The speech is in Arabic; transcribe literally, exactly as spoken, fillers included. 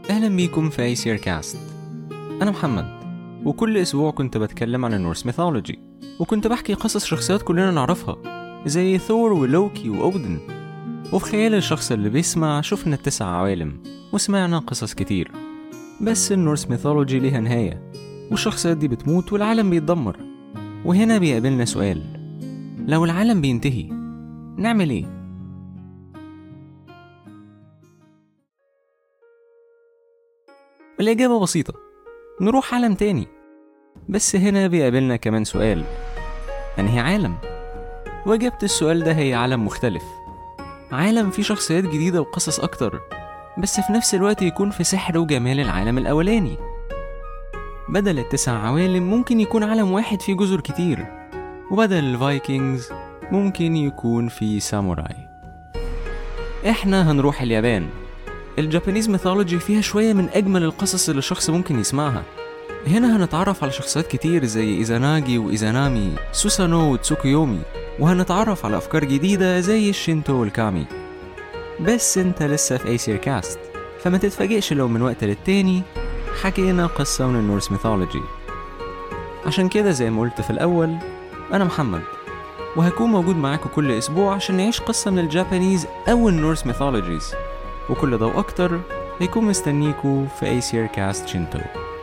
أهلا بيكم في أيسير كاست. أنا محمد، وكل أسبوع كنت بتكلم عن النورس ميثولوجي، وكنت بحكي قصص شخصيات كلنا نعرفها زي ثور ولوكي وأودن. وفي خيال الشخص اللي بيسمع شفنا التسع عوالم وسمعنا قصص كتير. بس النورس ميثولوجي ليها نهاية، والشخصيات دي بتموت والعالم بيتدمر. وهنا بيقابلنا سؤال: لو العالم بينتهي نعمل ايه؟ الإجابة بسيطة، نروح عالم تاني. بس هنا بيقابلنا كمان سؤال: أنهي عالم؟ وإجابة السؤال ده هي عالم مختلف، عالم فيه شخصيات جديدة وقصص أكتر، بس في نفس الوقت يكون في سحر وجمال العالم الأولاني. بدل التسع عوالم ممكن يكون عالم واحد فيه جزر كتير، وبدل الفايكنجز ممكن يكون فيه ساموراي. إحنا هنروح اليابان. الجابانيز ميثولوجي فيها شوية من أجمل القصص اللي الشخص ممكن يسمعها. هنا هنتعرف على شخصيات كتير زي إيزاناجي وإيزانامي، سوسانو وتسوكيومي، وهنتعرف على أفكار جديدة زي الشينتو والكامي. بس انت لسه في أيسير كاست، فما تتفاجئش لو من وقت للتاني حكينا قصة من النورس ميثولوجي. عشان كده زي ما قلت في الأول، أنا محمد، وهكون موجود معاكم كل أسبوع عشان نعيش قصة من الجابانيز أو النورس ميثولوجيز. وكل ده وأكتر هيكون مستنيكوا في أيسير كاست شينتو.